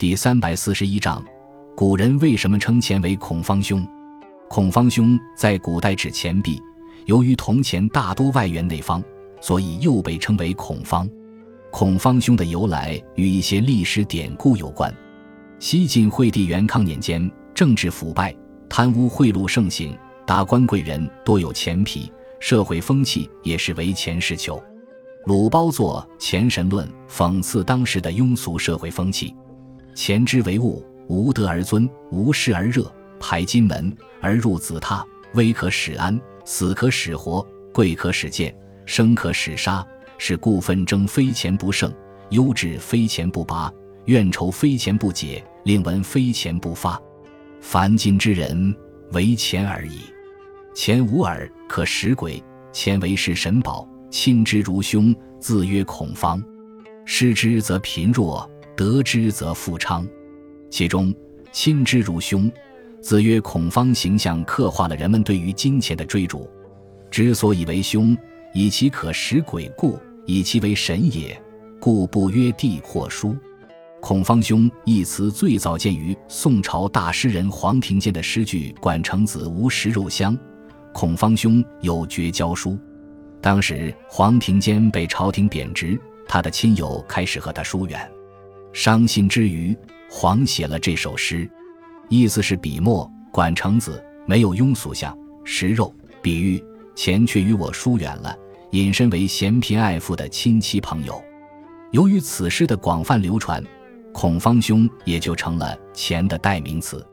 第341章，古人为什么称钱为孔方兄？孔方兄在古代指钱币，由于铜钱大多外圆内方，所以又被称为孔方。孔方兄的由来与一些历史典故有关。西晋惠帝元康年间，政治腐败，贪污贿赂盛行，达官贵人多有钱癖，社会风气也是唯钱是求。鲁褒作《钱神论》，讽刺当时的庸俗社会风气。钱之为物，无德而尊，无事而热，排金门而入子榻，危可使安，死可使活，贵可使贱，生可使杀，是故纷争非钱不胜，忧志非钱不拔，怨仇非钱不解，令闻非钱不发。凡今之人，唯钱而已。钱无耳，可使鬼，钱为是神宝，亲之如兄，自曰孔方。失之则贫弱，得之则富昌。其中亲之如兄，自曰孔方形象刻画了人们对于金钱的追逐。之所以为兄，以其可使鬼故，以其为神也，故不曰帝或叔。孔方兄一词最早见于宋朝大诗人黄庭坚的诗句《管城子无食肉香》，孔方兄有绝交书。当时黄庭坚被朝廷贬职，他的亲友开始和他疏远，伤心之余，黄写了这首诗，意思是笔墨管城子没有庸俗相，食肉，比喻钱却与我疏远了，引申为嫌贫爱富的亲戚朋友。由于此诗的广泛流传，孔方兄也就成了钱的代名词。